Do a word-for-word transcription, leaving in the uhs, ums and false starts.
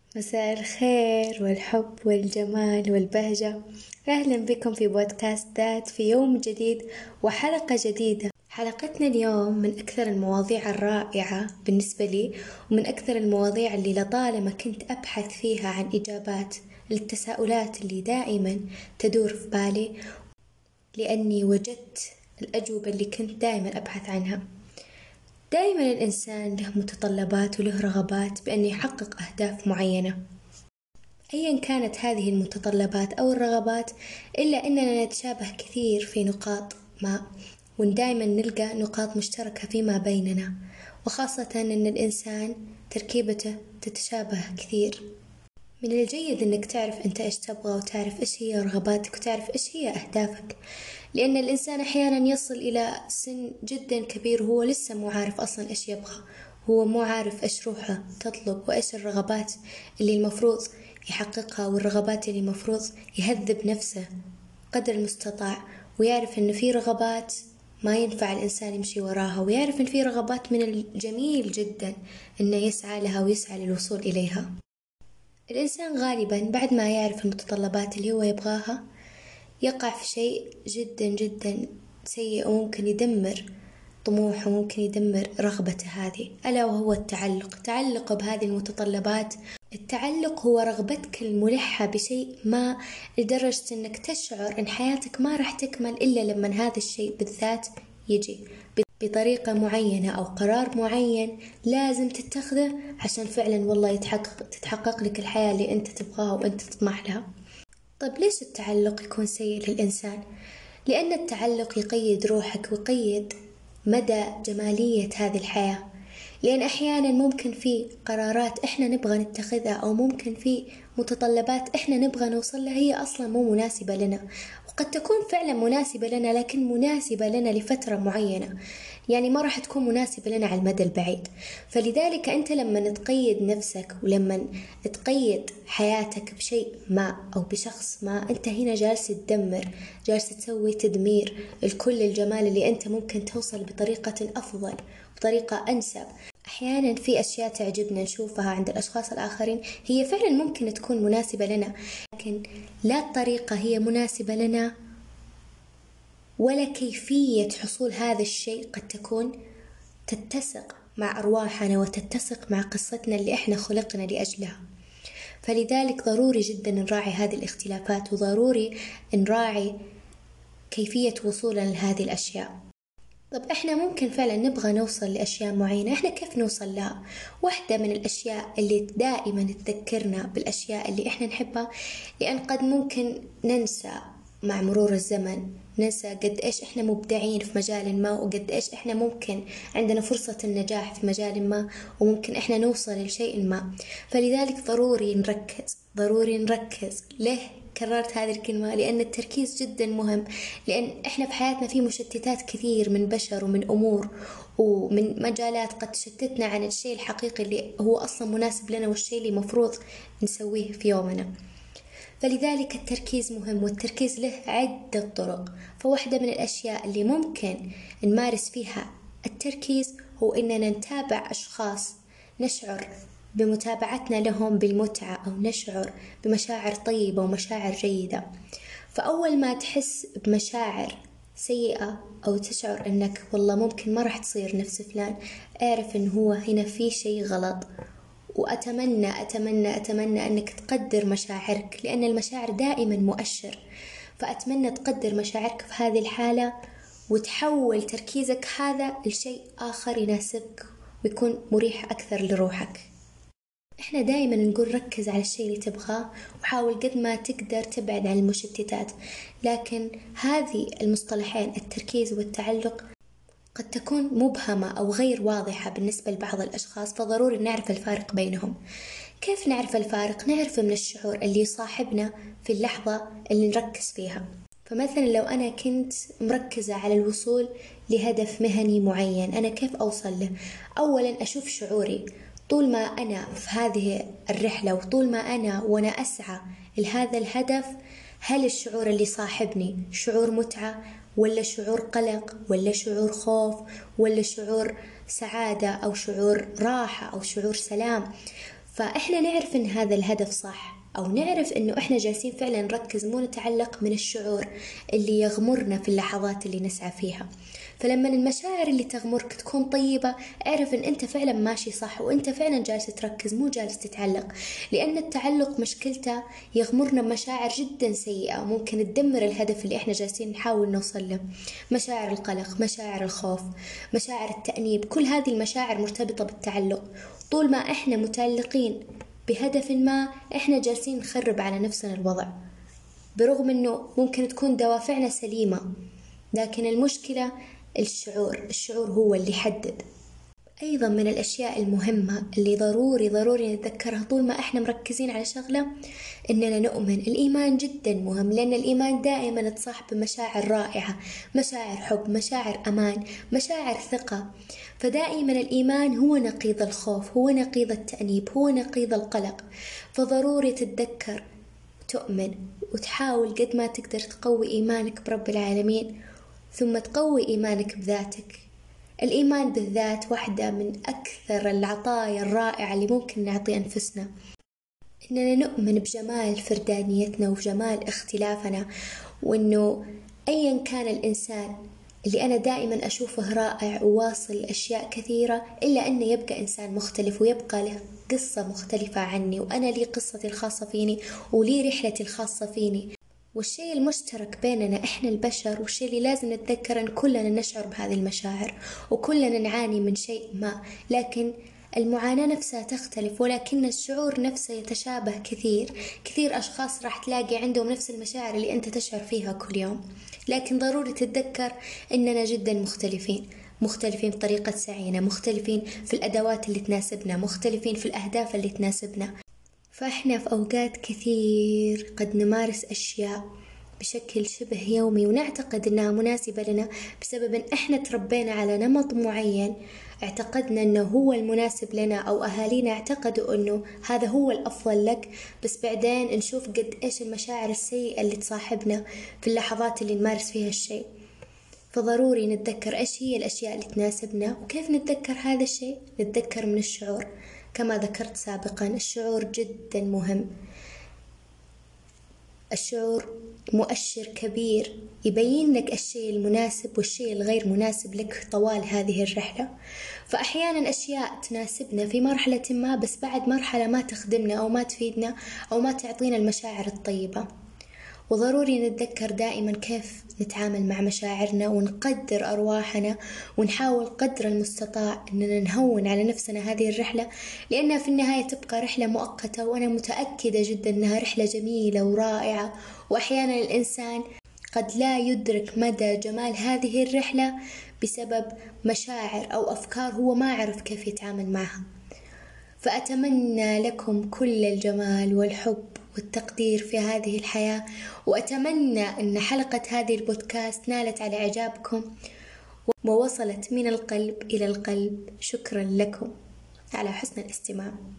مساء الخير والحب والجمال والبهجة. أهلا بكم في بودكاست ذات في يوم جديد وحلقة جديدة. حلقتنا اليوم من أكثر المواضيع الرائعة بالنسبة لي، ومن أكثر المواضيع اللي لطالما كنت أبحث فيها عن إجابات للتساؤلات اللي دائما تدور في بالي، لأني وجدت الأجوبة اللي كنت دائما أبحث عنها. دائما الإنسان له متطلبات وله رغبات بأن يحقق أهداف معينة، أيا كانت هذه المتطلبات أو الرغبات، إلا أننا نتشابه كثير في نقاط ما، ودائما نلقى نقاط مشتركة فيما بيننا، وخاصة أن الإنسان تركيبته تتشابه كثير. من الجيد أنك تعرف أنت إيش تبغى، وتعرف إيش هي رغباتك، وتعرف إيش هي أهدافك، لأن الإنسان أحيانا يصل إلى سن جدا كبير وهو لسه مو عارف أصلا إيش يبغى، هو مو عارف إيش روحه تطلب، وإيش الرغبات اللي المفروض يحققها، والرغبات اللي المفروض يهذب نفسه قدر المستطاع، ويعرف إن في رغبات ما ينفع الإنسان يمشي وراها، ويعرف إن في رغبات من الجميل جدا إنه يسعى لها ويسعى للوصول إليها. الإنسان غالبا بعد ما يعرف المتطلبات اللي هو يبغاها يقع في شيء جدا جدا سيء، وممكن يدمر طموحه، وممكن يدمر رغبته هذه، ألا وهو التعلق. تعلق بهذه المتطلبات. التعلق هو رغبتك الملحة بشيء ما لدرجة أنك تشعر أن حياتك ما راح تكمل إلا لما هذا الشيء بالذات يجي بطريقة معينة، أو قرار معين لازم تتخذه عشان فعلا والله يتحقق تتحقق لك الحياة اللي أنت تبغاها وأنت تطمح لها. طيب ليش التعلق يكون سيء للإنسان؟ لأن التعلق يقيد روحك ويقيد مدى جمالية هذه الحياة، لأن أحيانا ممكن في قرارات إحنا نبغى نتخذها، أو ممكن في متطلبات إحنا نبغى نوصل لها هي أصلا مو مناسبة لنا، وقد تكون فعلا مناسبة لنا لكن مناسبة لنا لفترة معينة، يعني ما راح تكون مناسبة لنا على المدى البعيد. فلذلك أنت لما تقيد نفسك ولما تقيد حياتك بشيء ما أو بشخص ما، أنت هنا جالس تدمر، جالس تسوي تدمير الكل الجمال اللي أنت ممكن توصل بطريقة أفضل، بطريقة أنسب. أحيانا في أشياء تعجبنا نشوفها عند الأشخاص الآخرين هي فعلا ممكن تكون مناسبة لنا، لكن لا الطريقة هي مناسبة لنا، ولا كيفية حصول هذا الشيء قد تكون تتسق مع أرواحنا وتتسق مع قصتنا اللي إحنا خلقنا لأجلها. فلذلك ضروري جدا نراعي هذه الاختلافات، وضروري نراعي كيفية وصولنا لهذه الأشياء. طب إحنا ممكن فعلا نبغى نوصل لأشياء معينة، إحنا كيف نوصل لها؟ واحدة من الأشياء اللي دائما تذكرنا بالأشياء اللي إحنا نحبها، لأن قد ممكن ننسى مع مرور الزمن، ننسى قد إيش إحنا مبدعين في مجال ما، وقد إيش إحنا ممكن عندنا فرصة النجاح في مجال ما، وممكن إحنا نوصل لشيء ما. فلذلك ضروري نركز، ضروري نركز. ليه كررت هذه الكلمة؟ لأن التركيز جدا مهم، لأن إحنا في حياتنا في مشتتات كثير من بشر ومن أمور ومن مجالات قد تشتتنا عن الشيء الحقيقي اللي هو أصلا مناسب لنا، والشيء اللي مفروض نسويه في يومنا. فلذلك التركيز مهم، والتركيز له عدة طرق. فواحدة من الأشياء اللي ممكن نمارس فيها التركيز هو إننا نتابع أشخاص نشعر بمتابعتنا لهم بالمتعة، أو نشعر بمشاعر طيبة ومشاعر جيدة. فأول ما تحس بمشاعر سيئة أو تشعر أنك والله ممكن ما راح تصير نفس فلان، اعرف أنه هو هنا في شيء غلط. وأتمنى أتمنى أتمنى أنك تقدر مشاعرك، لأن المشاعر دائما مؤشر. فأتمنى تقدر مشاعرك في هذه الحالة، وتحول تركيزك هذا لشيء آخر يناسبك ويكون مريح أكثر لروحك. إحنا دائما نقول ركز على الشيء اللي تبغاه، وحاول قد ما تقدر تبعد عن المشتتات، لكن هذه المصطلحين التركيز والتعلق قد تكون مبهمة أو غير واضحة بالنسبة لبعض الأشخاص، فضروري نعرف الفارق بينهم. كيف نعرف الفارق؟ نعرف من الشعور اللي يصاحبنا في اللحظة اللي نركز فيها. فمثلا لو أنا كنت مركزة على الوصول لهدف مهني معين، أنا كيف أوصل له؟ أولا أشوف شعوري طول ما أنا في هذه الرحلة، وطول ما أنا وأنا أسعى لهذا الهدف، هل الشعور اللي صاحبني شعور متعة، ولا شعور قلق، ولا شعور خوف، ولا شعور سعادة، أو شعور راحة، أو شعور سلام؟ فإحنا نعرف إن هذا الهدف صح، أو نعرف إنه إحنا جالسين فعلا نركز مو نتعلق من الشعور اللي يغمرنا في اللحظات اللي نسعى فيها. فلما المشاعر اللي تغمرك تكون طيبة، اعرف إن أنت فعلا ماشي صح، وأنت فعلا جالس تركز مو جالس تتعلق. لأن التعلق مشكلته يغمرنا بمشاعر جدا سيئة، ممكن تدمر الهدف اللي إحنا جالسين نحاول نوصل له. مشاعر القلق، مشاعر الخوف، مشاعر التأنيب، كل هذه المشاعر مرتبطة بالتعلق. طول ما إحنا متعلقين بهدف ما، إحنا جالسين نخرب على نفسنا الوضع، برغم إنه ممكن تكون دوافعنا سليمة. لكن المشكلة الشعور الشعور هو اللي يحدد. أيضا من الأشياء المهمة اللي ضروري ضروري نتذكرها طول ما إحنا مركزين على شغلة، إننا نؤمن. الإيمان جدا مهم، لأن الإيمان دائما يتصاحب بمشاعر رائعة، مشاعر حب، مشاعر أمان، مشاعر ثقة. فدائما الإيمان هو نقيض الخوف، هو نقيض التأنيب، هو نقيض القلق. فضروري تتذكر تؤمن، وتحاول قد ما تقدر تقوي إيمانك برب العالمين، ثم تقوي إيمانك بذاتك. الإيمان بالذات واحدة من أكثر العطايا الرائعة اللي ممكن نعطي أنفسنا، إننا نؤمن بجمال فردانيتنا وجمال اختلافنا، وإنه أيا كان الإنسان اللي أنا دائما أشوفه رائع وواصل أشياء كثيرة، إلا أنه يبقى إنسان مختلف ويبقى له قصة مختلفة عني، وأنا لي قصتي الخاصة فيني ولي رحلتي الخاصة فيني. والشيء المشترك بيننا إحنا البشر، والشيء اللي لازم نتذكر أن كلنا نشعر بهذه المشاعر، وكلنا نعاني من شيء ما، لكن المعاناة نفسها تختلف، ولكن الشعور نفسه يتشابه كثير. كثير أشخاص راح تلاقي عندهم نفس المشاعر اللي أنت تشعر فيها كل يوم، لكن ضروري تتذكر أننا جدا مختلفين. مختلفين في طريقة سعينا، مختلفين في الأدوات اللي تناسبنا، مختلفين في الأهداف اللي تناسبنا. فإحنا في أوقات كثير قد نمارس أشياء بشكل شبه يومي ونعتقد أنها مناسبة لنا، بسبب أن إحنا تربينا على نمط معين، اعتقدنا أنه هو المناسب لنا، أو أهالينا اعتقدوا أنه هذا هو الأفضل لك. بس بعدين نشوف قد إيش المشاعر السيئة اللي تصاحبنا في اللحظات اللي نمارس فيها الشيء. فضروري نتذكر إيش هي الأشياء اللي تناسبنا، وكيف نتذكر هذا الشيء. نتذكر من الشعور، كما ذكرت سابقا الشعور جدا مهم. الشعور مؤشر كبير يبين لك الشيء المناسب والشيء الغير مناسب لك طوال هذه الرحلة. فأحيانا أشياء تناسبنا في مرحلة ما، بس بعد مرحلة ما تخدمنا أو ما تفيدنا أو ما تعطينا المشاعر الطيبة. وضروري نتذكر دائما كيف نتعامل مع مشاعرنا ونقدر أرواحنا، ونحاول قدر المستطاع أننا نهون على نفسنا هذه الرحلة، لأنها في النهاية تبقى رحلة مؤقتة، وأنا متأكدة جدا أنها رحلة جميلة ورائعة. وأحيانا الإنسان قد لا يدرك مدى جمال هذه الرحلة بسبب مشاعر أو أفكار هو ما عرف كيف يتعامل معها. فأتمنى لكم كل الجمال والحب والتقدير في هذه الحياة، وأتمنى أن حلقة هذه البودكاست نالت على إعجابكم ووصلت من القلب إلى القلب. شكرا لكم على حسن الاستماع.